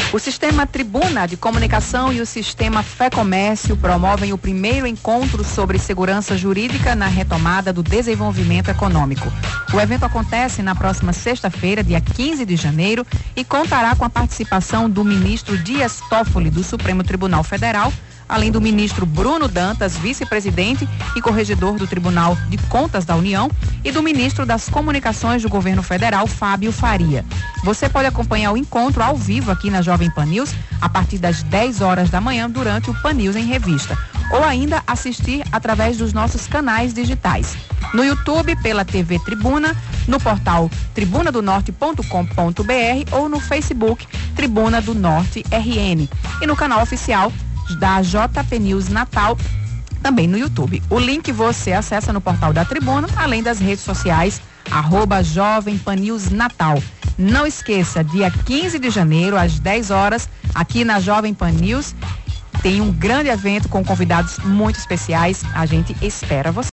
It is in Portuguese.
O Sistema Tribuna de Comunicação e o Sistema Fé Comércio promovem o primeiro encontro sobre segurança jurídica na retomada do desenvolvimento econômico. O evento acontece na próxima sexta-feira, dia 15 de janeiro, e contará com a participação do ministro Dias Toffoli, do Supremo Tribunal Federal, além do ministro Bruno Dantas, vice-presidente e corregedor do Tribunal de Contas da União, e do ministro das Comunicações do Governo Federal, Fábio Faria. Você pode acompanhar o encontro ao vivo aqui na Jovem Pan News a partir das 10 horas da manhã durante o Pan News em Revista, ou ainda assistir através dos nossos canais digitais. No YouTube, pela TV Tribuna, no portal tribunadonorte.com.br ou no Facebook Tribuna do Norte RN e no canal oficial da JP News Natal, também no YouTube. O link você acessa no portal da Tribuna, além das redes sociais, @Jovem Pan News Natal. Não esqueça, dia 15 de janeiro, às 10 horas, aqui na Jovem Pan News, tem um grande evento com convidados muito especiais. A gente espera você.